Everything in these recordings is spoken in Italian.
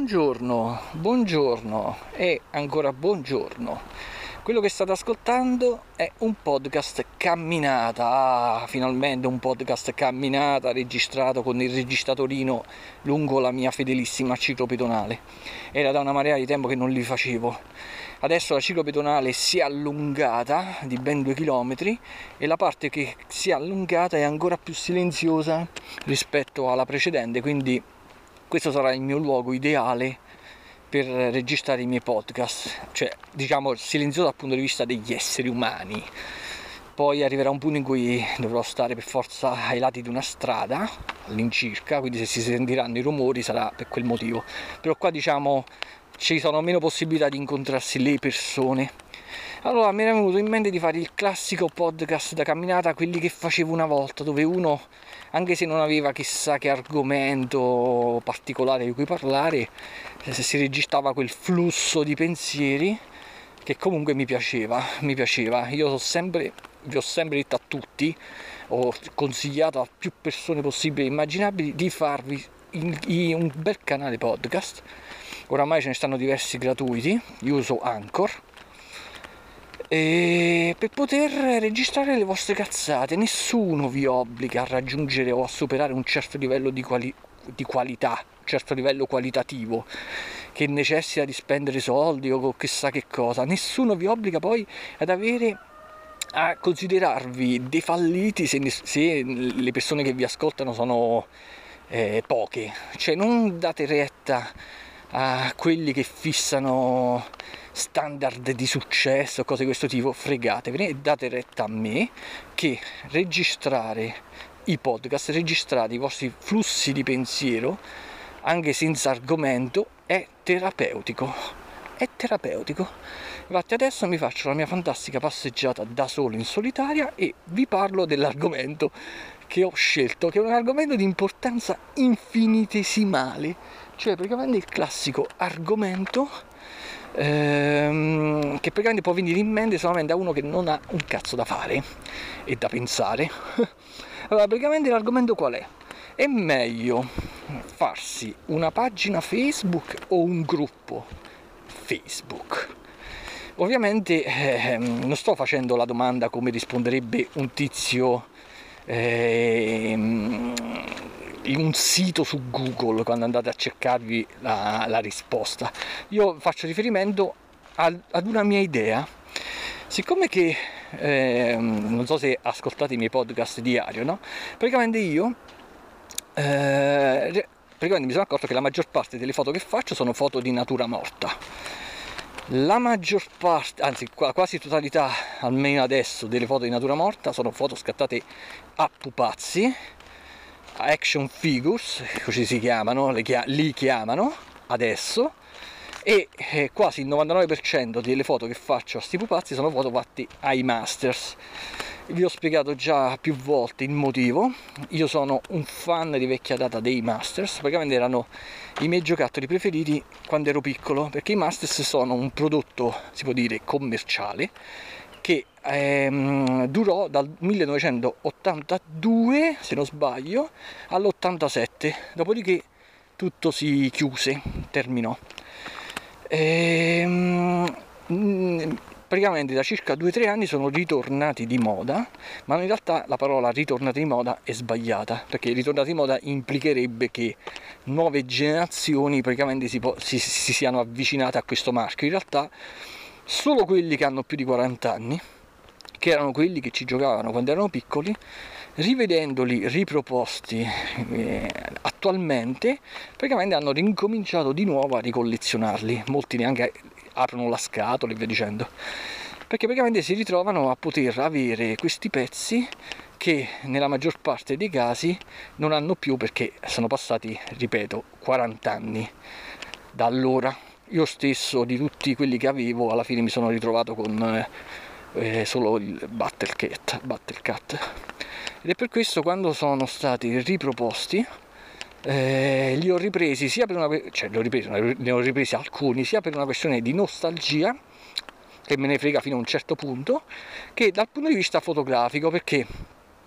Buongiorno e ancora buongiorno. Quello che state ascoltando è un podcast camminata, finalmente un podcast camminata registrato con il registratorino lungo la mia fedelissima ciclopedonale. Era da una marea di tempo che non li facevo. Adesso la ciclopedonale si è allungata di ben 2 chilometri e la parte che si è allungata è ancora più silenziosa rispetto alla precedente, quindi questo sarà il mio luogo ideale per registrare i miei podcast, cioè diciamo silenzioso dal punto di vista degli esseri umani. Poi arriverà un punto in cui dovrò stare per forza ai lati di una strada all'incirca, quindi se si sentiranno i rumori sarà per quel motivo. Però qua diciamo ci sono meno possibilità di incontrarsi le persone. Allora mi era venuto in mente di fare il classico podcast da camminata, quelli che facevo una volta, dove uno, anche se non aveva chissà che argomento particolare di cui parlare, si registrava quel flusso di pensieri che comunque mi piaceva. Io vi ho sempre detto a tutti, ho consigliato a più persone possibili e immaginabili di farvi un bel canale podcast. Oramai ce ne stanno diversi gratuiti, io uso Anchor, e per poter registrare le vostre cazzate. Nessuno vi obbliga a raggiungere o a superare un certo livello di qualità, un certo livello qualitativo che necessita di spendere soldi o chissà che cosa. Nessuno vi obbliga poi a considerarvi dei falliti se le persone che vi ascoltano sono poche. Cioè non date retta a quelli che fissano standard di successo, cose di questo tipo, fregatevene e date retta a me, che registrare i podcast, registrare i vostri flussi di pensiero anche senza argomento è terapeutico. Infatti adesso mi faccio la mia fantastica passeggiata da solo in solitaria e vi parlo dell'argomento che ho scelto, che è un argomento di importanza infinitesimale, cioè praticamente il classico argomento che praticamente può venire in mente solamente a uno che non ha un cazzo da fare e da pensare. Allora praticamente l'argomento qual è? È meglio farsi una pagina Facebook o un gruppo Facebook? Ovviamente non sto facendo la domanda come risponderebbe un tizio in un sito su Google quando andate a cercarvi la risposta. Io faccio riferimento ad una mia idea. Siccome che non so se ascoltate i miei podcast diario, no? Praticamente mi sono accorto che la maggior parte delle foto che faccio sono foto di natura morta. La maggior parte, anzi quasi totalità, almeno adesso, delle foto di natura morta sono foto scattate a pupazzi, action figures, così si chiamano, li chiamano adesso, e quasi il 99% delle foto che faccio a sti pupazzi sono foto fatte ai masters. Vi ho spiegato già più volte il motivo. Io sono un fan di vecchia data dei masters, praticamente erano i miei giocattoli preferiti quando ero piccolo, perché i masters sono un prodotto, si può dire, commerciale che durò dal 1982, se non sbaglio, all'87, dopodiché tutto si chiuse, terminò. Praticamente da circa 2-3 anni sono ritornati di moda, ma in realtà la parola ritornati di moda è sbagliata, perché ritornati di moda implicherebbe che nuove generazioni praticamente si siano avvicinate a questo marchio. In realtà solo quelli che hanno più di 40 anni, che erano quelli che ci giocavano quando erano piccoli, rivedendoli riproposti attualmente, praticamente hanno ricominciato di nuovo a ricollezionarli. Molti neanche aprono la scatola e via dicendo, perché praticamente si ritrovano a poter avere questi pezzi che nella maggior parte dei casi non hanno più, perché sono passati, ripeto, 40 anni da allora. Io stesso, di tutti quelli che avevo, alla fine mi sono ritrovato con solo il Battle Cat, ed è per questo quando sono stati riproposti li ho ripresi sia per ne ho ripresi alcuni sia per una questione di nostalgia, che me ne frega fino a un certo punto, che dal punto di vista fotografico, perché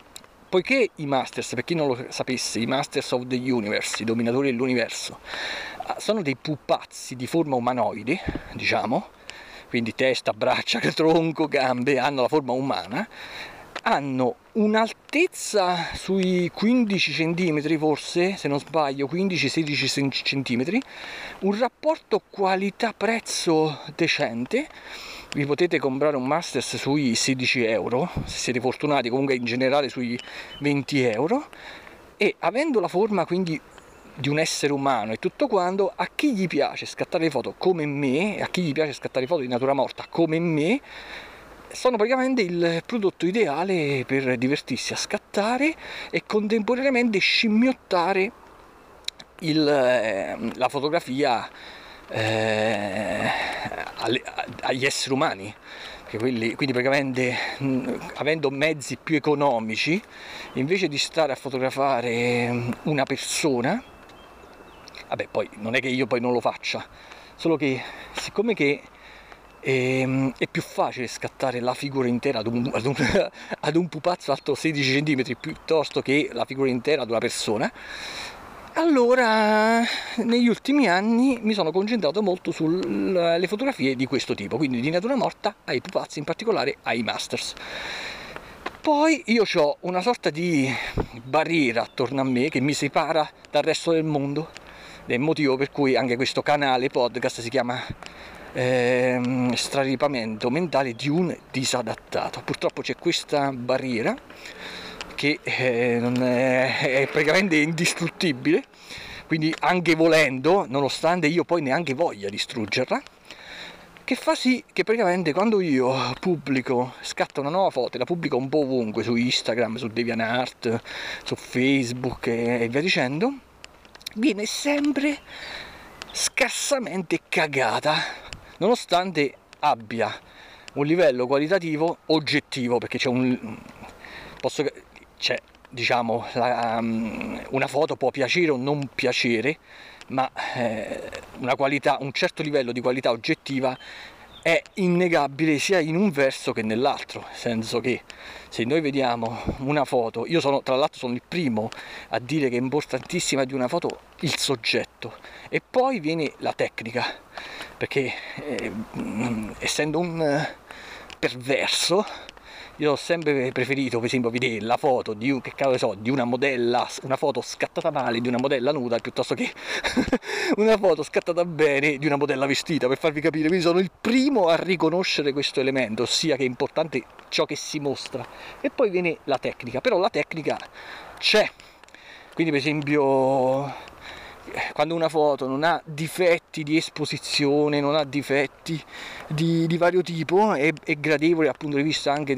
poiché i Masters, per chi non lo sapesse, i Masters of the Universe, i dominatori dell'universo, sono dei pupazzi di forma umanoide, diciamo, quindi testa, braccia, tronco, gambe, hanno la forma umana, hanno un'altezza sui 15 cm forse, se non sbaglio, 15-16 cm, un rapporto qualità-prezzo decente. Vi potete comprare un Masters sui 16 euro, se siete fortunati, comunque in generale sui 20 euro, e avendo la forma quindi di un essere umano e tutto quanto, a chi gli piace scattare le foto come me, e a chi gli piace scattare foto di natura morta come me, sono praticamente il prodotto ideale per divertirsi a scattare e contemporaneamente scimmiottare la fotografia agli esseri umani. Quindi praticamente avendo mezzi più economici, invece di stare a fotografare una persona, vabbè, poi non è che io poi non lo faccia, solo che siccome che è più facile scattare la figura intera ad un pupazzo alto 16 cm piuttosto che la figura intera ad una persona, allora negli ultimi anni mi sono concentrato molto sulle fotografie di questo tipo, quindi di natura morta ai pupazzi, in particolare ai Masters. Poi io ho una sorta di barriera attorno a me che mi separa dal resto del mondo, ed è il motivo per cui anche questo canale podcast si chiama straripamento mentale di un disadattato. Purtroppo c'è questa barriera che non è praticamente indistruttibile, quindi anche volendo, nonostante io poi neanche voglia distruggerla, che fa sì che praticamente quando io scatto una nuova foto, la pubblico un po' ovunque, su Instagram, su DeviantArt, su Facebook e via dicendo, viene sempre scarsamente cagata, nonostante abbia un livello qualitativo oggettivo, perché diciamo, una foto può piacere o non piacere, ma un certo livello di qualità oggettiva è innegabile sia in un verso che nell'altro, nel senso che se noi vediamo una foto, tra l'altro sono il primo a dire che è importantissima di una foto il soggetto e poi viene la tecnica, perché essendo un perverso io ho sempre preferito, per esempio, vedere la foto di una modella, una foto scattata male di una modella nuda, piuttosto che una foto scattata bene di una modella vestita, per farvi capire. Quindi sono il primo a riconoscere questo elemento, ossia che è importante ciò che si mostra. E poi viene la tecnica, però la tecnica c'è. Quindi, per esempio, quando una foto non ha difetti di esposizione, non ha difetti di vario tipo, è gradevole dal punto di vista anche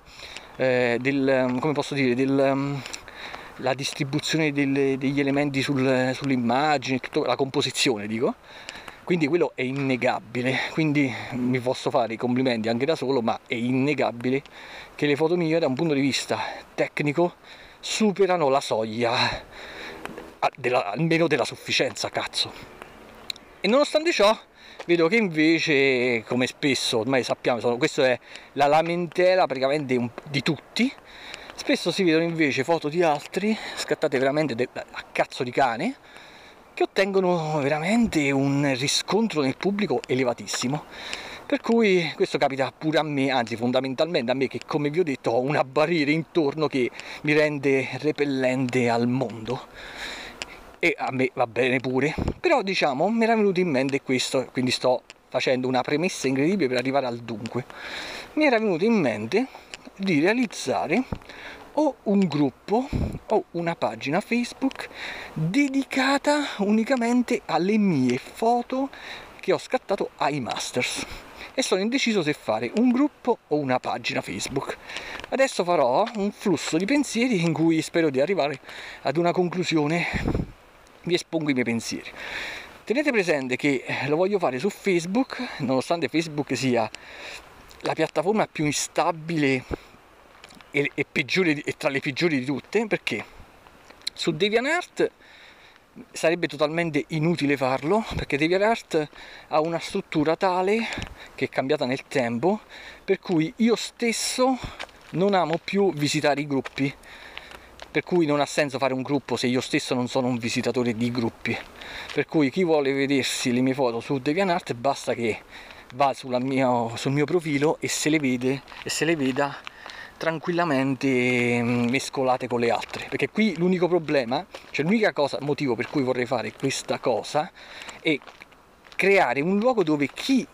come posso dire, la distribuzione degli elementi sull'immagine, tutta la composizione, dico. Quindi quello è innegabile, quindi mi posso fare i complimenti anche da solo, ma è innegabile che le foto mie da un punto di vista tecnico superano la soglia almeno della sufficienza, cazzo. E nonostante ciò vedo che invece, come spesso ormai sappiamo, questa è la lamentela praticamente di tutti, spesso si vedono invece foto di altri scattate veramente a cazzo di cane, che ottengono veramente un riscontro nel pubblico elevatissimo. Per cui questo capita pure a me, anzi fondamentalmente a me, che come vi ho detto ho una barriera intorno che mi rende repellente al mondo. E a me va bene pure, però diciamo mi era venuto in mente questo, quindi sto facendo una premessa incredibile per arrivare al dunque. Mi era venuto in mente di realizzare o un gruppo o una pagina Facebook dedicata unicamente alle mie foto che ho scattato ai Masters, e sono indeciso se fare un gruppo o una pagina Facebook. Adesso farò un flusso di pensieri in cui spero di arrivare ad una conclusione. Vi espongo i miei pensieri. Tenete presente che lo voglio fare su Facebook, nonostante Facebook sia la piattaforma più instabile e peggiore, e tra le peggiori di tutte, perché su DeviantArt sarebbe totalmente inutile farlo, perché DeviantArt ha una struttura tale che è cambiata nel tempo, per cui io stesso non amo più visitare i gruppi. per cui non ha senso fare un gruppo se io stesso non sono un visitatore di gruppi. Per cui chi vuole vedersi le mie foto su DeviantArt basta che va sul mio profilo e se le veda tranquillamente mescolate con le altre, perché qui l'unico problema, cioè l'unica motivo per cui vorrei fare questa cosa è creare un luogo dove chi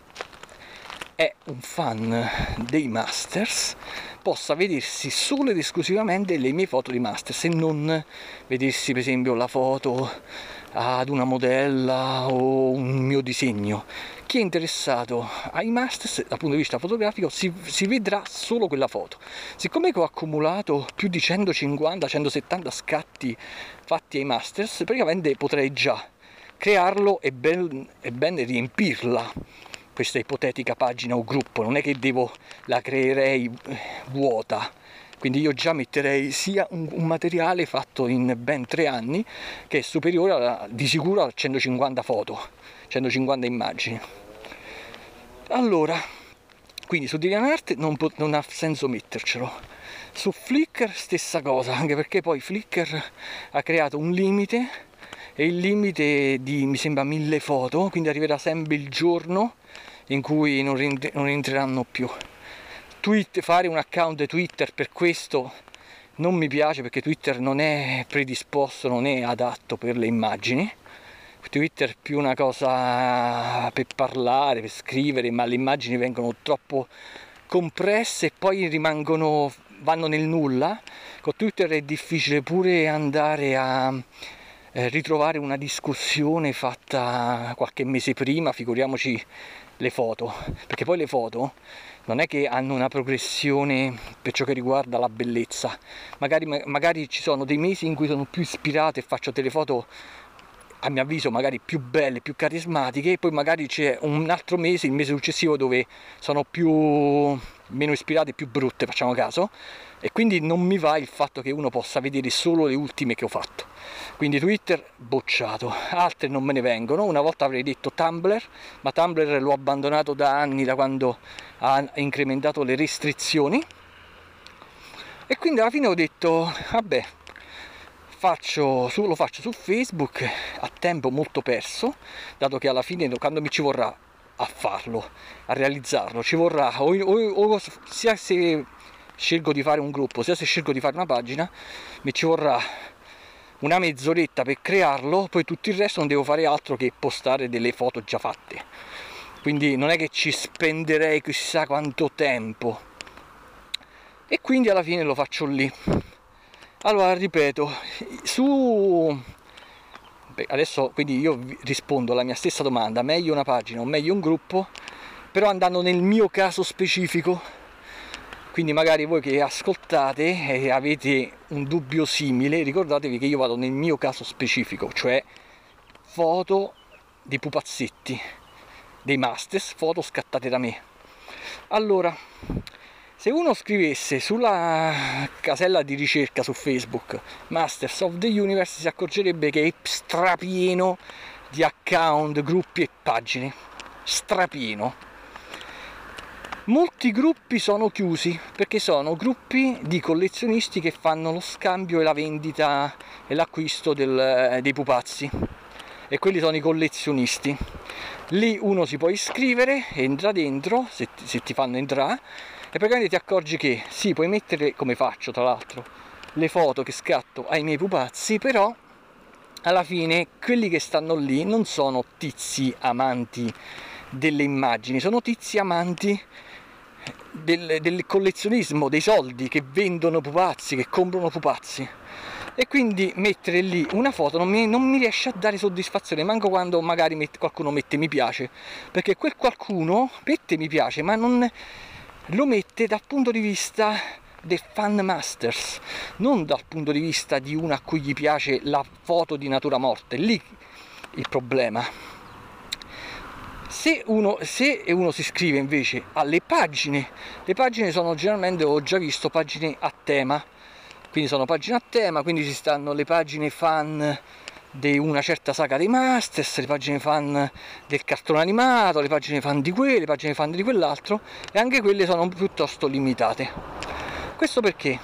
è un fan dei Masters possa vedersi solo ed esclusivamente le mie foto di Masters e non vedersi per esempio la foto ad una modella o un mio disegno. Chi è interessato ai Masters dal punto di vista fotografico si vedrà solo quella foto. Siccome ho accumulato più di 150-170 scatti fatti ai Masters, praticamente potrei già crearlo e ben riempirla questa ipotetica pagina o gruppo. Non è che la creerei vuota, quindi io già metterei sia un materiale fatto in ben 3 anni che è superiore di sicuro a 150 foto, 150 immagini. Allora, quindi su DeviantArt non ha senso mettercelo. Su Flickr stessa cosa, anche perché poi Flickr ha creato un limite e il limite di mi sembra 1000 foto, quindi arriverà sempre il giorno in cui non rientreranno più. Fare un account Twitter per questo non mi piace, perché Twitter non è predisposto, non è adatto per le immagini. Twitter è più una cosa per parlare, per scrivere, ma le immagini vengono troppo compresse e poi vanno nel nulla. Con Twitter è difficile pure andare a ritrovare una discussione fatta qualche mese prima, figuriamoci le foto, perché poi le foto non è che hanno una progressione per ciò che riguarda la bellezza. Magari ci sono dei mesi in cui sono più ispirato e faccio delle foto a mio avviso magari più belle, più carismatiche, e poi magari c'è un altro mese, il mese successivo, dove sono meno ispirate e più brutte, facciamo caso, e quindi non mi va il fatto che uno possa vedere solo le ultime che ho fatto. Quindi Twitter bocciato, altre non me ne vengono. Una volta avrei detto Tumblr, ma Tumblr l'ho abbandonato da anni, da quando ha incrementato le restrizioni, e quindi alla fine ho detto vabbè, lo faccio su Facebook a tempo molto perso, dato che alla fine quando mi ci vorrà a farlo, a realizzarlo, ci vorrà sia se scelgo di fare un gruppo, sia se scelgo di fare una pagina, mi ci vorrà una mezz'oretta per crearlo, poi tutto il resto non devo fare altro che postare delle foto già fatte, quindi non è che ci spenderei chissà quanto tempo, e quindi alla fine lo faccio lì. Allora, ripeto, adesso quindi io rispondo alla mia stessa domanda: meglio una pagina o meglio un gruppo? Però andando nel mio caso specifico, quindi magari voi che ascoltate e avete un dubbio simile, ricordatevi che io vado nel mio caso specifico, cioè foto di pupazzetti, dei Masters, foto scattate da me. Allora, se uno scrivesse sulla casella di ricerca su Facebook Masters of the Universe, si accorgerebbe che è strapieno di account, gruppi e pagine, strapieno. Molti gruppi sono chiusi perché sono gruppi di collezionisti che fanno lo scambio e la vendita e l'acquisto dei pupazzi, e quelli sono i collezionisti. Lì uno si può iscrivere, entra dentro, se ti fanno entrare, e praticamente ti accorgi che sì, puoi mettere, come faccio tra l'altro, le foto che scatto ai miei pupazzi, però alla fine quelli che stanno lì non sono tizi amanti delle immagini, sono tizi amanti del collezionismo, dei soldi, che vendono pupazzi, che comprano pupazzi. E quindi mettere lì una foto non mi riesce a dare soddisfazione, manco quando magari qualcuno mette mi piace, perché quel qualcuno mette mi piace, ma non lo mette dal punto di vista dei fan Masters, non dal punto di vista di uno a cui gli piace la foto di natura morta. È lì il problema. Se uno si iscrive invece alle pagine, le pagine sono generalmente, ho già visto, pagine a tema, quindi sono pagine a tema, quindi ci stanno le pagine fan di una certa saga dei Masters, le pagine fan del cartone animato, le pagine fan di quello, le pagine fan di quell'altro, e anche quelle sono piuttosto limitate. Questo perché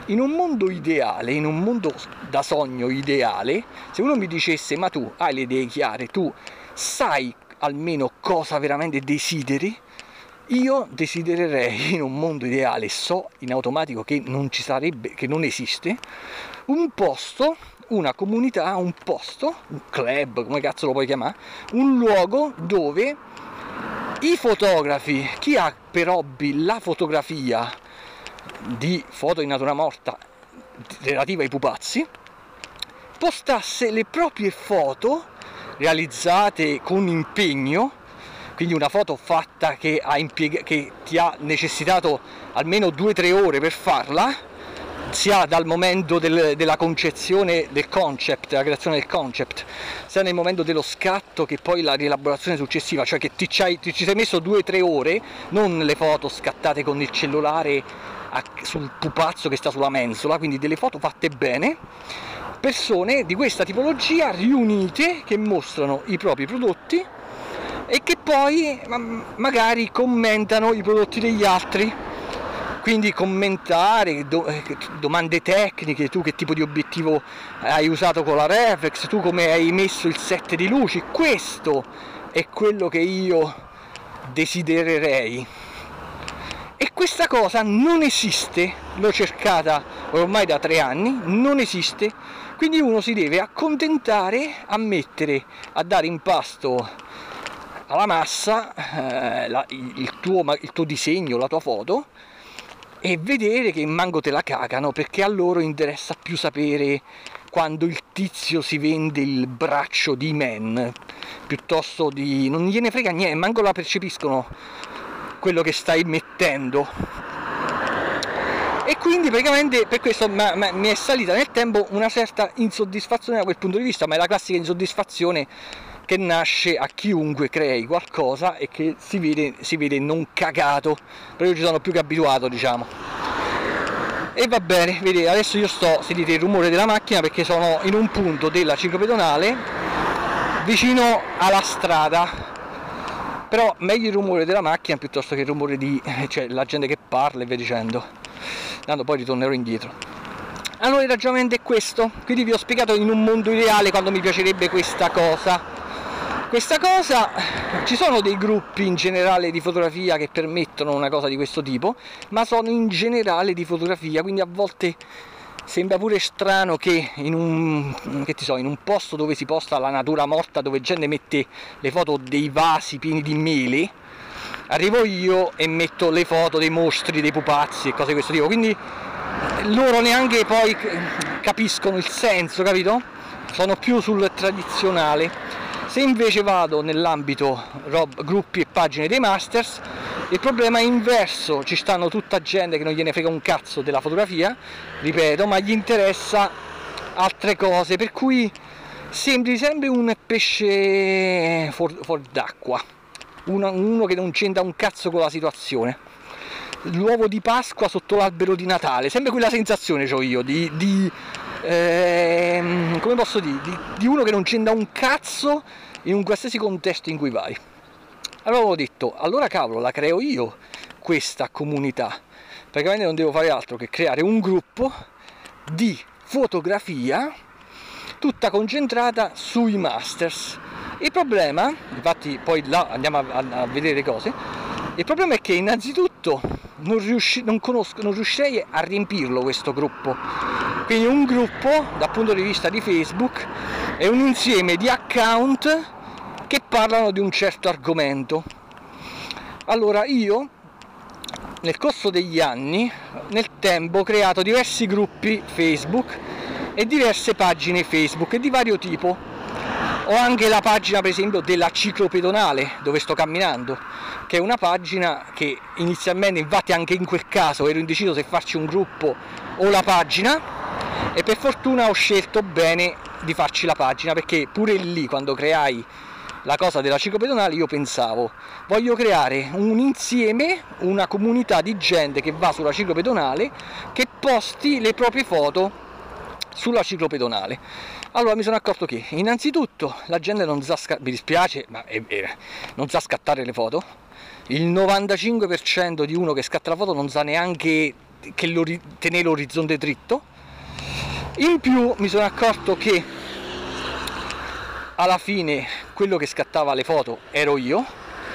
In un mondo ideale, in un mondo da sogno ideale, se uno mi dicesse ma tu hai le idee chiare, tu sai almeno cosa veramente desideri, io desidererei in un mondo ideale, so in automatico che non ci sarebbe, che non esiste, un posto, una comunità, un posto, un club, come cazzo lo puoi chiamare, un luogo dove i fotografi, chi ha per hobby la fotografia di foto in natura morta relativa ai pupazzi, postasse le proprie foto realizzate con impegno, quindi una foto fatta che ti ha necessitato almeno 2-3 ore per farla, sia dal momento della concezione del concept, la creazione del concept, sia nel momento dello scatto che poi la rielaborazione successiva, cioè che ti ci sei messo 2-3 ore, non le foto scattate con il cellulare sul pupazzo che sta sulla mensola, quindi delle foto fatte bene, persone di questa tipologia riunite che mostrano i propri prodotti e che poi magari commentano i prodotti degli altri. Quindi commentare, domande tecniche, tu che tipo di obiettivo hai usato con la reflex, tu come hai messo il set di luci, questo è quello che io desidererei. E questa cosa non esiste, l'ho cercata ormai da 3 anni, non esiste, quindi uno si deve accontentare a mettere, a dare in pasto alla massa il tuo disegno, la tua foto, e vedere che manco te la cagano, perché a loro interessa più sapere quando il tizio si vende il braccio di Man, piuttosto di... non gliene frega niente, manco la percepiscono quello che stai mettendo. E quindi praticamente per questo mi è salita nel tempo una certa insoddisfazione da quel punto di vista, ma è la classica insoddisfazione che nasce a chiunque crei qualcosa e che si vede non cagato, però io ci sono più che abituato, diciamo. E va bene, vedete, adesso io sentite il rumore della macchina perché sono in un punto della ciclopedonale vicino alla strada, però meglio il rumore della macchina piuttosto che il rumore cioè la gente che parla e via dicendo, tanto poi ritornerò indietro. Allora il ragionamento è questo, quindi vi ho spiegato in un mondo ideale quando mi piacerebbe questa cosa. Ci sono dei gruppi in generale di fotografia che permettono una cosa di questo tipo, ma sono in generale di fotografia, quindi a volte sembra pure strano che in un posto dove si posta la natura morta, dove gente mette le foto dei vasi pieni di mele, arrivo io e metto le foto dei mostri, dei pupazzi e cose di questo tipo, quindi loro neanche poi capiscono il senso, capito? Sono più sul tradizionale. Se invece vado nell'ambito gruppi e pagine dei masters, il problema è inverso, ci stanno tutta gente che non gliene frega un cazzo della fotografia, ripeto, ma gli interessa altre cose, per cui sembri sempre un pesce fuori d'acqua, uno che non c'entra un cazzo con la situazione. L'uovo di Pasqua sotto l'albero di Natale, sempre quella sensazione c'ho io come posso dire, di uno che non c'entra un cazzo in un qualsiasi contesto in cui vai. Allora ho detto, allora cavolo, la creo io questa comunità, praticamente non devo fare altro che creare un gruppo di fotografia tutta concentrata sui masters. Il problema, infatti poi là andiamo a vedere le cose, il problema è che innanzitutto non riuscirei a riempirlo questo gruppo. Quindi un gruppo dal punto di vista di Facebook è un insieme di account che parlano di un certo argomento. Allora io nel corso degli anni, nel tempo, ho creato diversi gruppi Facebook e diverse pagine Facebook di vario tipo. Ho anche la pagina per esempio della ciclopedonale dove sto camminando, che è una pagina che inizialmente, infatti anche in quel caso ero indeciso se farci un gruppo o la pagina, e per fortuna ho scelto bene di farci la pagina, perché pure lì quando creai la cosa della ciclopedonale io pensavo, voglio creare un insieme, una comunità di gente che va sulla ciclopedonale, che posti le proprie foto sulla ciclopedonale. Allora mi sono accorto che innanzitutto la gente non sa mi dispiace, ma non sa scattare le foto. Il 95% di uno che scatta la foto non sa neanche tenere l'orizzonte dritto. In più mi sono accorto che alla fine quello che scattava le foto ero io,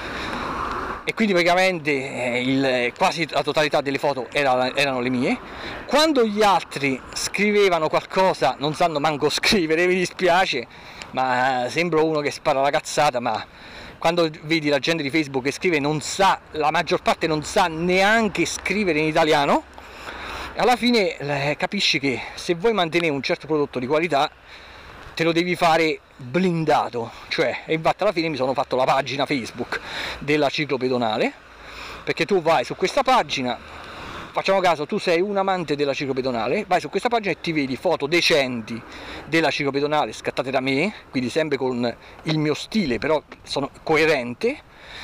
e quindi praticamente quasi la totalità delle foto erano le mie. Quando gli altri scrivevano qualcosa, non sanno manco scrivere, mi dispiace, ma sembro uno che spara la cazzata, ma quando vedi la gente di Facebook che scrive, la maggior parte non sa neanche scrivere in italiano. Alla fine capisci che se vuoi mantenere un certo prodotto di qualità te lo devi fare blindato, e infatti alla fine mi sono fatto la pagina Facebook della ciclopedonale, perché tu vai su questa pagina, facciamo caso tu sei un amante della ciclopedonale, vai su questa pagina e ti vedi foto decenti della ciclopedonale scattate da me, quindi sempre con il mio stile, però sono coerente.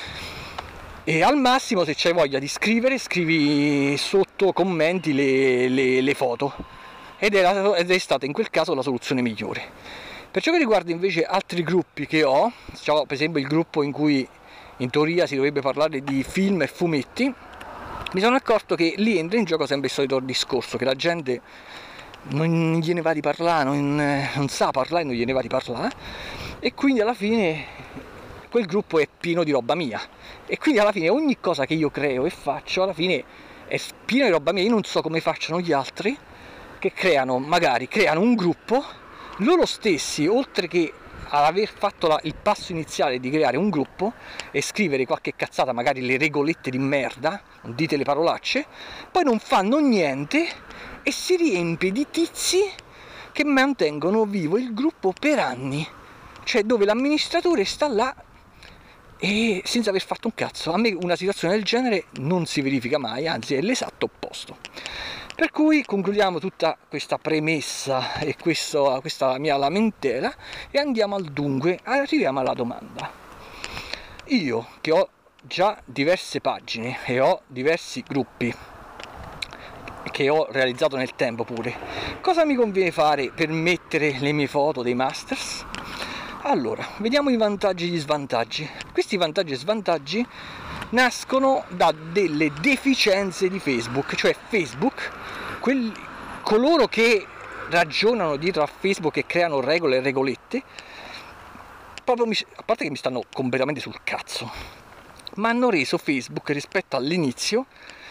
E al massimo, se c'hai voglia di scrivere, scrivi sotto commenti le foto, ed è stata in quel caso la soluzione migliore. Per ciò che riguarda invece altri gruppi che ho, per esempio il gruppo in cui in teoria si dovrebbe parlare di film e fumetti, mi sono accorto che lì entra in gioco sempre il solito discorso, che la gente non gliene va di parlare, non sa parlare, non gliene va di parlare, e quindi alla fine quel gruppo è pieno di roba mia, e quindi alla fine ogni cosa che io creo e faccio alla fine è pieno di roba mia. Io non so come facciano gli altri che magari creano un gruppo loro stessi, oltre che ad aver fatto il passo iniziale di creare un gruppo e scrivere qualche cazzata, magari le regolette di merda, non dite le parolacce, poi non fanno niente e si riempie di tizi che mantengono vivo il gruppo per anni, dove l'amministratore sta là e senza aver fatto un cazzo. A me una situazione del genere non si verifica mai, anzi è l'esatto opposto. Per cui concludiamo tutta questa premessa e questa mia lamentela e andiamo al dunque, arriviamo alla domanda. Io che ho già diverse pagine e ho diversi gruppi che ho realizzato nel tempo pure, cosa mi conviene fare per mettere le mie foto dei masters? Allora, vediamo i vantaggi e gli svantaggi. Questi vantaggi e svantaggi nascono da delle deficienze di Facebook, Facebook, coloro che ragionano dietro a Facebook e creano regole e regolette, proprio a parte che mi stanno completamente sul cazzo, ma hanno reso Facebook rispetto all'inizio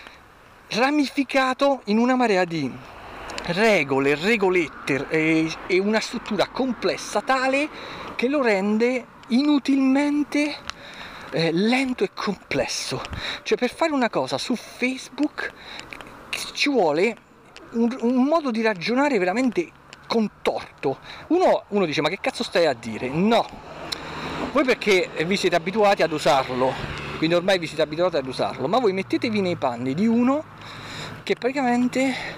ramificato in una marea di regole, regolette e una struttura complessa tale che lo rende inutilmente lento e complesso. Per fare una cosa su Facebook ci vuole un modo di ragionare veramente contorto. Uno dice: ma che cazzo stai a dire? No, voi perché vi siete abituati ad usarlo, quindi ormai vi siete abituati ad usarlo, ma voi mettetevi nei panni di uno che praticamente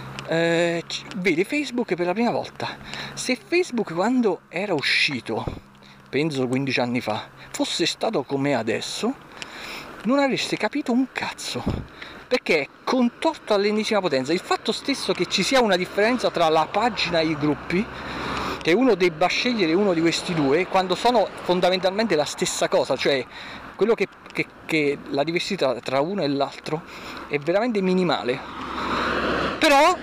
vede Facebook per la prima volta. Se Facebook, quando era uscito, penso 15 anni fa, fosse stato come adesso, non avreste capito un cazzo, perché è contorto all'ennesima potenza. Il fatto stesso che ci sia una differenza tra la pagina e i gruppi, che uno debba scegliere uno di questi due quando sono fondamentalmente la stessa cosa, quello che la diversità tra uno e l'altro è veramente minimale, però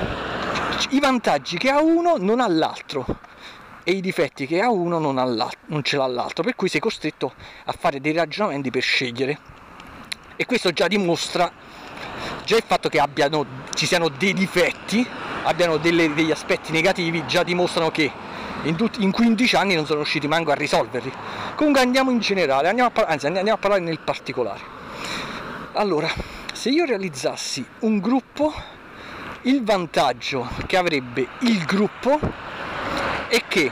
i vantaggi che ha uno non ha l'altro e i difetti che ha uno non ce l'ha l'altro, per cui sei costretto a fare dei ragionamenti per scegliere. E questo già dimostra il fatto che ci siano dei difetti, abbiano degli aspetti negativi, già dimostrano che in 15 anni non sono riusciti manco a risolverli. Comunque andiamo in generale, andiamo a parlare nel particolare. Allora, se io realizzassi un gruppo, il vantaggio che avrebbe il gruppo è che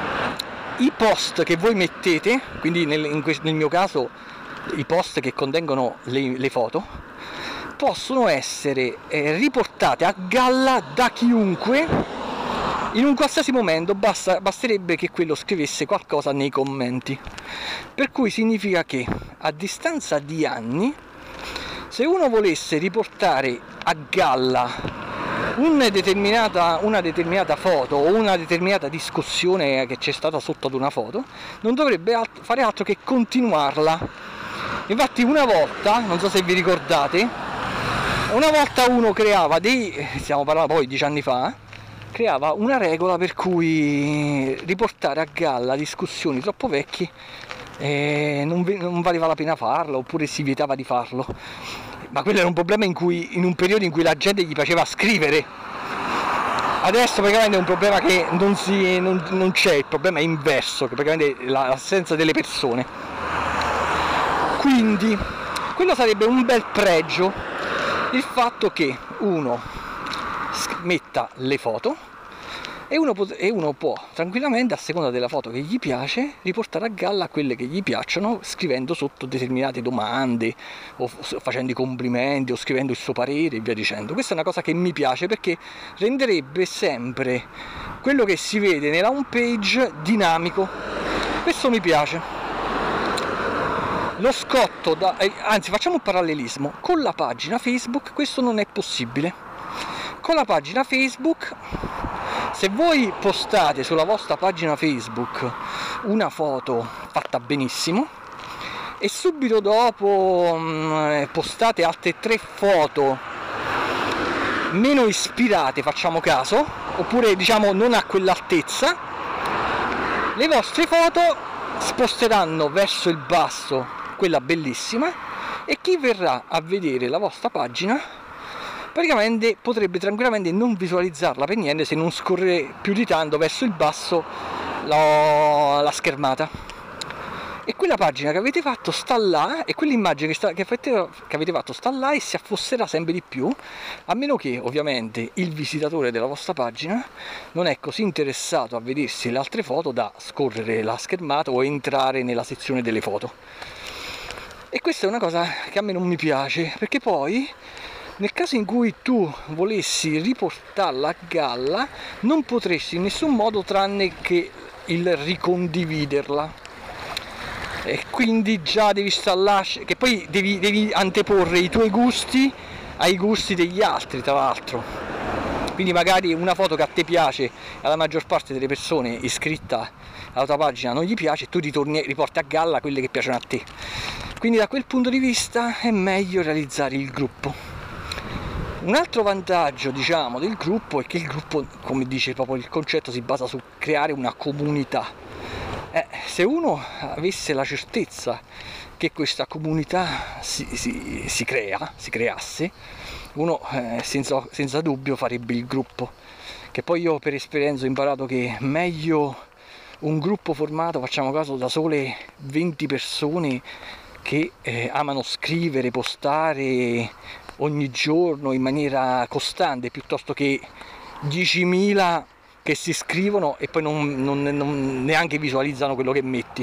i post che voi mettete, quindi nel mio caso i post che contengono le foto, possono essere riportate a galla da chiunque in un qualsiasi momento, basterebbe che quello scrivesse qualcosa nei commenti. Per cui significa che a distanza di anni, se uno volesse riportare a galla una determinata foto o una determinata discussione che c'è stata sotto ad una foto, non dovrebbe fare altro che continuarla. Infatti una volta, non so se vi ricordate, Una volta uno creava stiamo parlando poi 10 anni fa, creava una regola per cui riportare a galla discussioni troppo vecchie non valeva la pena farlo, oppure si vietava di farlo. Ma quello era un problema in un periodo in cui la gente gli piaceva scrivere. Adesso praticamente è un problema che non c'è, il problema è inverso, che praticamente è l'assenza delle persone. Quindi quello sarebbe un bel pregio, il fatto che uno metta le foto e uno può tranquillamente, a seconda della foto che gli piace, riportare a galla quelle che gli piacciono, scrivendo sotto determinate domande o facendo i complimenti o scrivendo il suo parere e via dicendo. Questa è una cosa che mi piace, perché renderebbe sempre quello che si vede nella home page dinamico. Questo mi piace. Lo scotto anzi, facciamo un parallelismo con la pagina Facebook. Questo non è possibile. Con la pagina Facebook, se voi postate sulla vostra pagina Facebook una foto fatta benissimo e subito dopo postate altre 3 foto meno ispirate, facciamo caso, oppure diciamo non a quell'altezza, le vostre foto sposteranno verso il basso quella bellissima, e chi verrà a vedere la vostra pagina praticamente potrebbe tranquillamente non visualizzarla per niente, se non scorre più di tanto verso il basso la schermata. E quella pagina che avete fatto sta là, e quell'immagine che avete fatto sta là e si affosserà sempre di più, a meno che ovviamente il visitatore della vostra pagina non è così interessato a vedersi le altre foto da scorrere la schermata o entrare nella sezione delle foto. E questa è una cosa che a me non mi piace, perché poi nel caso in cui tu volessi riportarla a galla non potresti in nessun modo tranne che il ricondividerla, e quindi già devi stare, che poi devi anteporre i tuoi gusti ai gusti degli altri, tra l'altro. Quindi magari una foto che a te piace, alla maggior parte delle persone iscritta alla tua pagina non gli piace, e tu riporti a galla quelle che piacciono a te. Quindi da quel punto di vista è meglio realizzare il gruppo. Un altro vantaggio, diciamo, del gruppo è che il gruppo, come dice proprio il concetto, si basa su creare una comunità. Se uno avesse la certezza che questa comunità si creasse, uno senza dubbio farebbe il gruppo. Che poi io per esperienza ho imparato che è meglio un gruppo formato, facciamo caso, da sole 20 persone che amano scrivere, postare ogni giorno in maniera costante, piuttosto che 10.000 che si iscrivono e poi non neanche visualizzano quello che metti.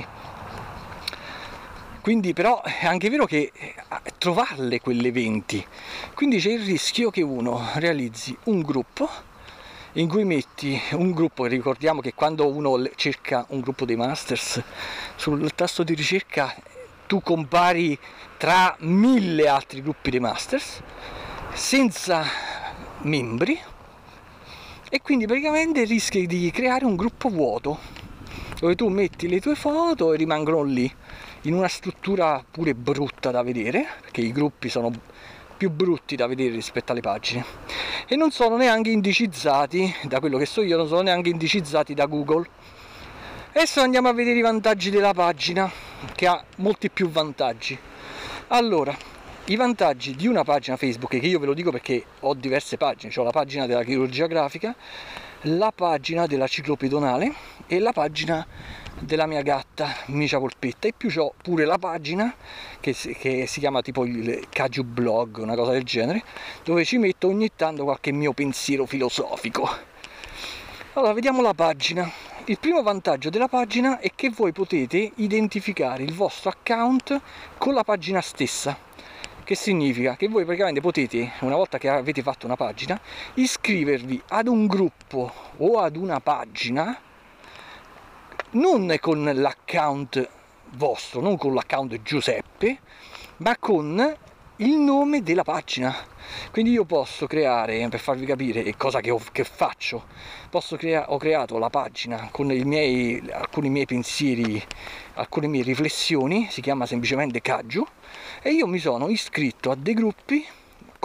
Quindi però è anche vero che trovarle quelle 20, quindi c'è il rischio che uno realizzi un gruppo in cui metti un gruppo, e ricordiamo che quando uno cerca un gruppo dei Masters, sul tasto di ricerca tu compari tra 1000 altri gruppi dei Masters senza membri, e quindi praticamente rischi di creare un gruppo vuoto dove tu metti le tue foto e rimangono lì in una struttura pure brutta da vedere, perché i gruppi sono più brutti da vedere rispetto alle pagine, e non sono neanche indicizzati, da quello che so io, non sono neanche indicizzati da Google. Adesso andiamo a vedere i vantaggi della pagina, che ha molti più vantaggi. Allora, i vantaggi di una pagina Facebook, che io ve lo dico perché ho diverse pagine, ho la pagina della chirurgia grafica, la pagina della ciclopedonale e la pagina della mia gatta Micia Polpetta, e più c'ho pure la pagina che si chiama tipo il Caju Blog, una cosa del genere, dove ci metto ogni tanto qualche mio pensiero filosofico. Allora, vediamo la pagina. Il primo vantaggio della pagina è che voi potete identificare il vostro account con la pagina stessa. Che significa? Che voi praticamente potete, una volta che avete fatto una pagina, iscrivervi ad un gruppo o ad una pagina non con l'account vostro, non con l'account Giuseppe, ma con il nome della pagina. Quindi io posso creare, per farvi capire cosa che faccio, ho creato la pagina con alcuni miei pensieri, alcune mie riflessioni, si chiama semplicemente Caju, e io mi sono iscritto a dei gruppi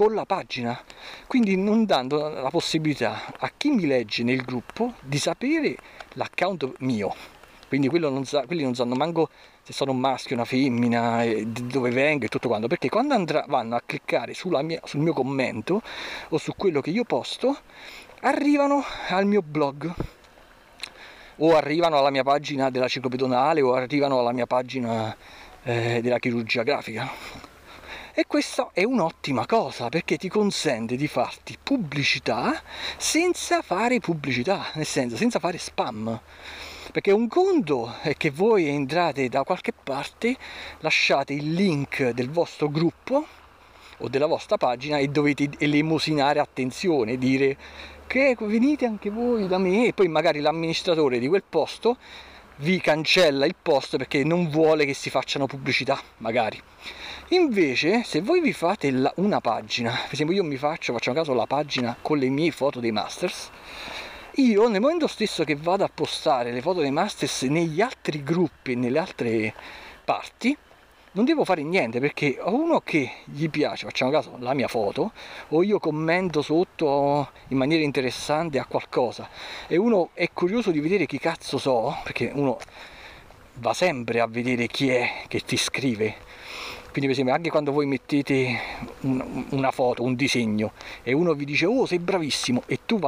con la pagina, quindi non dando la possibilità a chi mi legge nel gruppo di sapere l'account mio. Quindi quelli non sanno manco se sono un maschio, una femmina, dove vengo e tutto quanto, perché quando vanno a cliccare sul mio commento o su quello che io posto, arrivano al mio blog, o arrivano alla mia pagina della ciclopedonale, o arrivano alla mia pagina della chirurgia grafica. E questa è un'ottima cosa, perché ti consente di farti pubblicità senza fare pubblicità, nel senso senza fare spam. Perché un conto è che voi entrate da qualche parte, lasciate il link del vostro gruppo o della vostra pagina e dovete elemosinare attenzione, dire che venite anche voi da me, e poi magari l'amministratore di quel posto vi cancella il post perché non vuole che si facciano pubblicità, magari. Invece, se voi vi fate una pagina, per esempio io facciamo caso la pagina con le mie foto dei Masters, io nel momento stesso che vado a postare le foto dei Masters negli altri gruppi e nelle altre parti, non devo fare niente, perché a uno che gli piace, facciamo caso, la mia foto, o io commento sotto in maniera interessante a qualcosa, e uno è curioso di vedere chi cazzo so, perché uno va sempre a vedere chi è che ti scrive. Quindi per esempio anche quando voi mettete una foto, un disegno, e uno vi dice oh sei bravissimo, e tu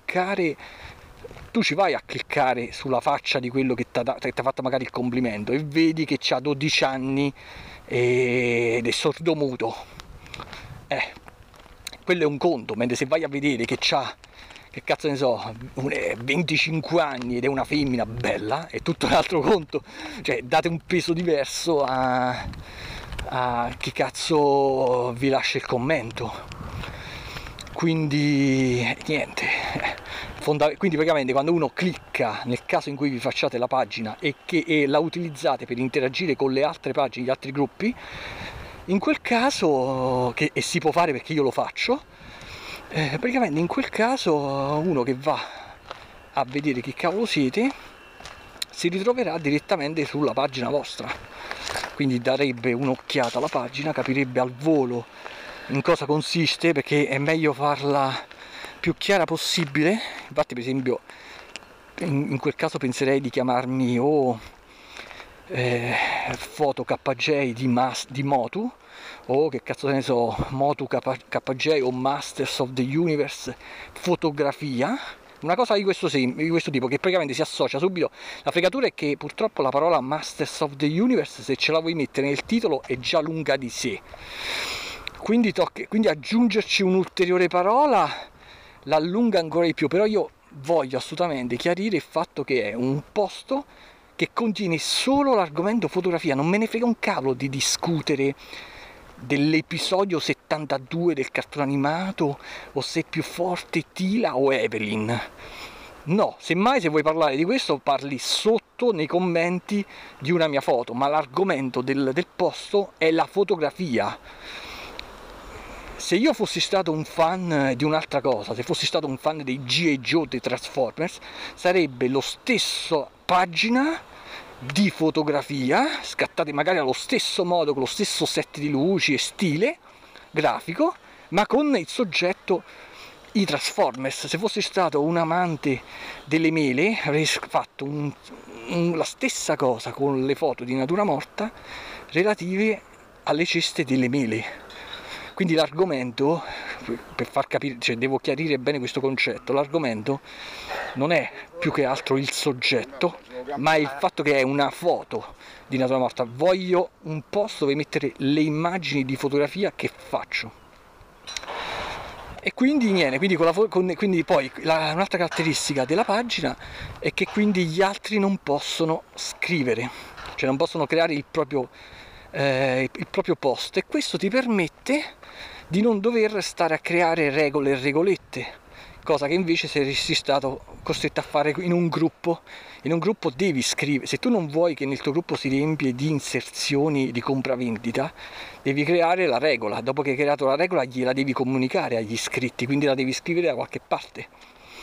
ci vai a cliccare sulla faccia di quello che ti ha fatto magari il complimento, e vedi che ha 12 anni ed è sordomuto, quello è un conto. Mentre se vai a vedere che c'ha, che cazzo ne so, 25 anni ed è una femmina bella, è tutto un altro conto. Cioè date un peso diverso a chi cazzo vi lascia il commento. Quindi niente, quindi praticamente quando uno clicca, nel caso in cui vi facciate la pagina e la utilizzate per interagire con le altre pagine, gli altri gruppi, in quel caso, e si può fare perché io lo faccio, praticamente in quel caso uno che va a vedere chi cavolo siete si ritroverà direttamente sulla pagina vostra, quindi darebbe un'occhiata alla pagina, capirebbe al volo in cosa consiste, perché è meglio farla più chiara possibile. Infatti per esempio in quel caso penserei di chiamarmi foto KJ di Motu, o che cazzo ne so, Motu KJ o Masters of the Universe fotografia, una cosa di questo tipo, che praticamente si associa subito. La fregatura è che purtroppo la parola Masters of the Universe, se ce la vuoi mettere nel titolo, è già lunga di sé, quindi aggiungerci un'ulteriore parola l'allunga ancora di più. Però io voglio assolutamente chiarire il fatto che è un posto che contiene solo l'argomento fotografia. Non me ne frega un cavolo di discutere dell'episodio 72 del cartone animato, o se è più forte Tila o Evelyn. No, semmai se vuoi parlare di questo parli sotto nei commenti di una mia foto, ma l'argomento del posto è la fotografia. Se io fossi stato un fan di un'altra cosa, se fossi stato un fan dei G.I. Joe, dei Transformers, sarebbe lo stesso pagina di fotografia, scattate magari allo stesso modo, con lo stesso set di luci e stile grafico, ma con il soggetto i Transformers. Se fossi stato un amante delle mele, avrei fatto la stessa cosa con le foto di natura morta relative alle ceste delle mele. Quindi l'argomento, per far capire, cioè devo chiarire bene questo concetto, l'argomento non è più che altro il soggetto, ma è il fatto che è una foto di natura morta. Voglio un posto dove mettere le immagini di fotografia che faccio. E quindi niente, quindi poi un'altra caratteristica della pagina è che quindi gli altri non possono scrivere, cioè non possono creare il proprio post, e questo ti permette di non dover stare a creare regole e regolette, cosa che invece saresti stato costretto a fare in un gruppo. In un gruppo devi scrivere, se tu non vuoi che nel tuo gruppo si riempie di inserzioni di compravendita, devi creare la regola. Dopo che hai creato la regola gliela devi comunicare agli iscritti, quindi la devi scrivere da qualche parte.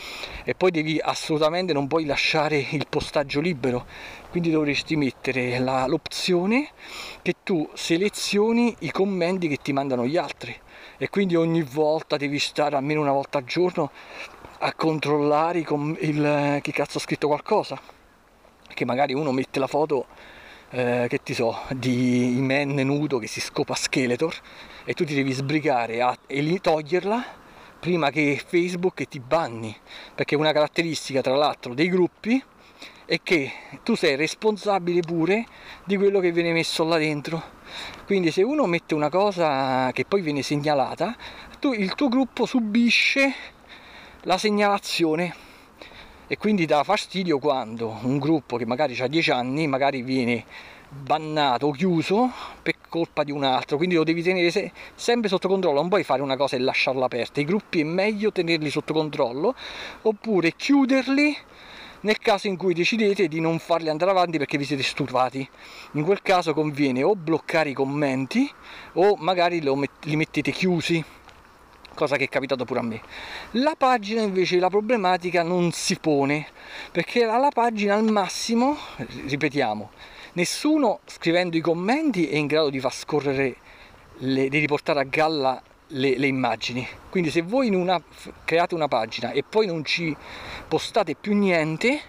e poi devi assolutamente, non puoi lasciare il postaggio libero, quindi dovresti mettere l'opzione che tu selezioni i commenti che ti mandano gli altri, e quindi ogni volta devi stare almeno una volta al giorno a controllare chi cazzo ha scritto qualcosa, che magari uno mette la foto che ti so, di Iman nudo che si scopa Skeletor, e tu ti devi sbrigare a toglierla prima che Facebook ti banni, perché una caratteristica tra l'altro dei gruppi è che tu sei responsabile pure di quello che viene messo là dentro. Quindi se uno mette una cosa che poi viene segnalata, il tuo gruppo subisce la segnalazione, e quindi dà fastidio quando un gruppo che magari ha 10 anni magari viene bannato o chiuso per colpa di un altro. Quindi lo devi tenere sempre sotto controllo, non puoi fare una cosa e lasciarla aperta. I gruppi è meglio tenerli sotto controllo, oppure chiuderli nel caso in cui decidete di non farli andare avanti perché vi siete stufati. In quel caso conviene o bloccare i commenti o magari li mettete chiusi, cosa che è capitato pure a me. La pagina invece la problematica non si pone, perché alla pagina al massimo, ripetiamo, nessuno scrivendo i commenti è in grado di far scorrere, di riportare a galla le immagini. Quindi se voi create una pagina e poi non ci postate più niente,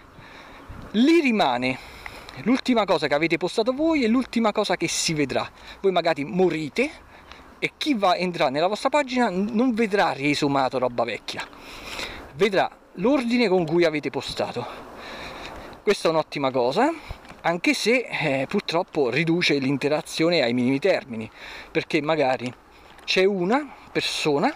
lì rimane l'ultima cosa che avete postato voi e l'ultima cosa che si vedrà. Voi magari morite e chi entrerà nella vostra pagina non vedrà riesumato roba vecchia, vedrà l'ordine con cui avete postato. Questa è un'ottima cosa, anche se purtroppo riduce l'interazione ai minimi termini, perché magari c'è una persona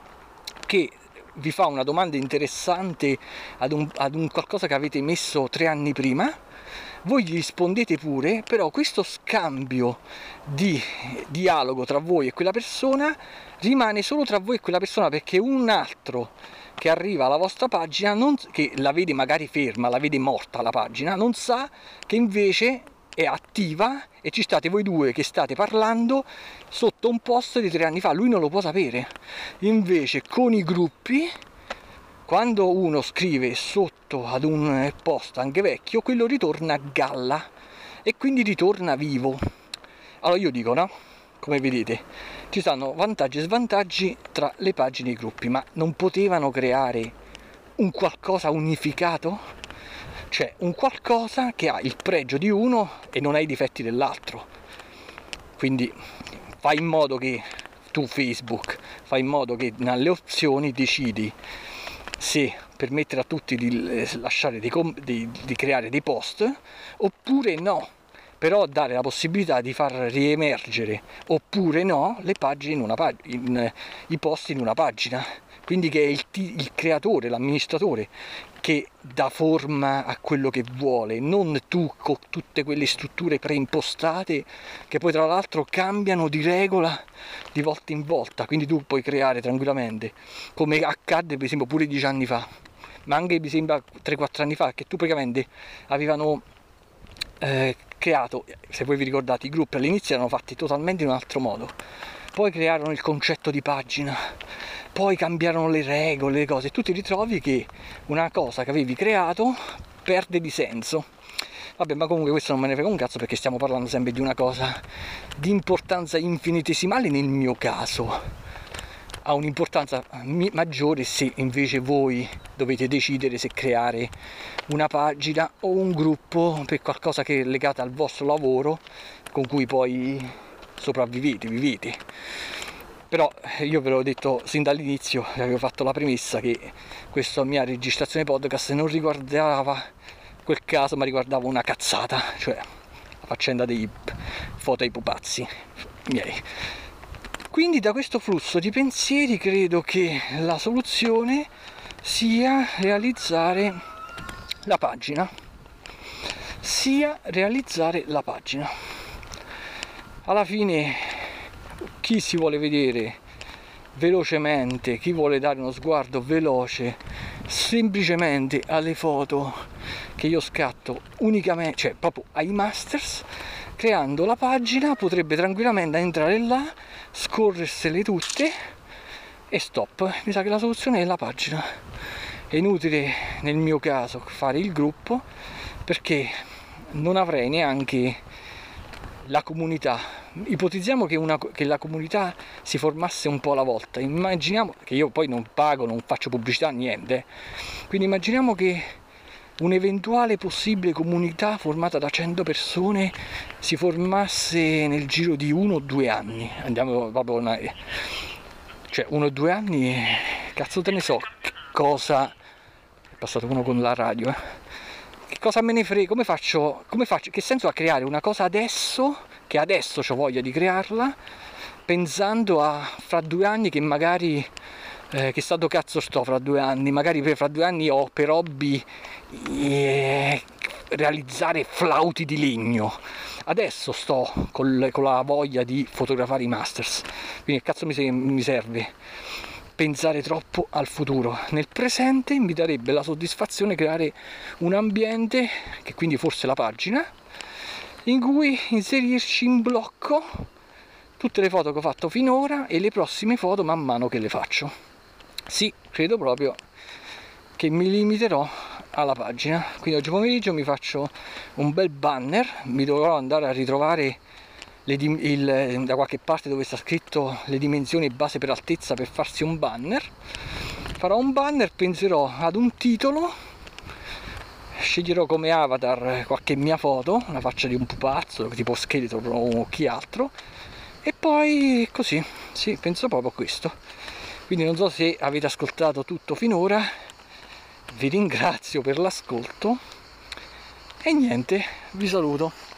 che vi fa una domanda interessante ad un qualcosa che avete messo 3 anni prima, voi gli rispondete pure, però questo scambio di dialogo tra voi e quella persona rimane solo tra voi e quella persona, perché un altro che arriva alla vostra pagina, che la vede magari ferma, la vede morta la pagina, non sa che invece è attiva e ci state voi due che state parlando sotto un post di 3 anni fa, lui non lo può sapere. Invece con i gruppi, quando uno scrive sotto ad un post anche vecchio, quello ritorna a galla e quindi ritorna vivo. Allora io dico, no? Come vedete, ci stanno vantaggi e svantaggi tra le pagine e i gruppi, ma non potevano creare un qualcosa unificato? Cioè un qualcosa che ha il pregio di uno e non ha i difetti dell'altro. Quindi fai in modo che tu, Facebook, fai in modo che nelle opzioni decidi se permettere a tutti di lasciare di creare dei post oppure no, però dare la possibilità di far riemergere oppure no le pagine i post in una pagina. Quindi che è il creatore, l'amministratore che dà forma a quello che vuole, non tu con tutte quelle strutture preimpostate che poi tra l'altro cambiano di regola di volta in volta. Quindi tu puoi creare tranquillamente, come accadde per esempio pure 10 anni fa, ma anche mi sembra 3-4 anni fa, che tu praticamente avevano creato, se voi vi ricordate, i gruppi all'inizio erano fatti totalmente in un altro modo, poi crearono il concetto di pagina, poi cambiarono le regole, le cose, e tu ti ritrovi che una cosa che avevi creato perde di senso. Vabbè, ma comunque questo non me ne frega un cazzo, perché stiamo parlando sempre di una cosa di importanza infinitesimale. Nel mio caso ha un'importanza maggiore se invece voi dovete decidere se creare una pagina o un gruppo per qualcosa che è legato al vostro lavoro, con cui poi vivete. Però io ve l'ho detto sin dall'inizio, avevo fatto la premessa che questa mia registrazione podcast non riguardava quel caso, ma riguardava una cazzata, cioè la faccenda dei foto ai pupazzi miei. Quindi da questo flusso di pensieri credo che la soluzione sia realizzare la pagina. Alla fine chi si vuole vedere velocemente, chi vuole dare uno sguardo veloce semplicemente alle foto che io scatto unicamente, cioè proprio ai masters, creando la pagina potrebbe tranquillamente entrare là, scorrersele tutte e stop. Mi sa che la soluzione è la pagina, è inutile nel mio caso fare il gruppo, perché non avrei neanche la comunità. Ipotizziamo che la comunità si formasse un po' alla volta, immaginiamo che io poi non pago, non faccio pubblicità, niente, quindi immaginiamo che un'eventuale possibile comunità formata da 100 persone si formasse nel giro di 1 o 2 anni, andiamo proprio cioè 1 o 2 anni, cazzo te ne so che cosa, è passato uno con la radio, che cosa me ne frega, come faccio, che senso ha creare una cosa adesso, che adesso ho voglia di crearla, pensando a fra 2 anni che magari che stato cazzo sto fra 2 anni, magari fra 2 anni ho per hobby realizzare flauti di legno, adesso sto con la voglia di fotografare i masters, quindi che cazzo mi serve pensare troppo al futuro. Nel presente mi darebbe la soddisfazione creare un ambiente, che quindi forse la pagina, in cui inserirci in blocco tutte le foto che ho fatto finora e le prossime foto man mano che le faccio. Sì, credo proprio che mi limiterò alla pagina, quindi oggi pomeriggio mi faccio un bel banner, mi dovrò andare a ritrovare da qualche parte dove sta scritto le dimensioni base per altezza per farsi un banner. Farò un banner, penserò ad un titolo, sceglierò come avatar qualche mia foto, la faccia di un pupazzo tipo scheletro o chi altro, e poi così, sì, penso proprio a questo. Quindi non so se avete ascoltato tutto finora, vi ringrazio per l'ascolto e niente, vi saluto.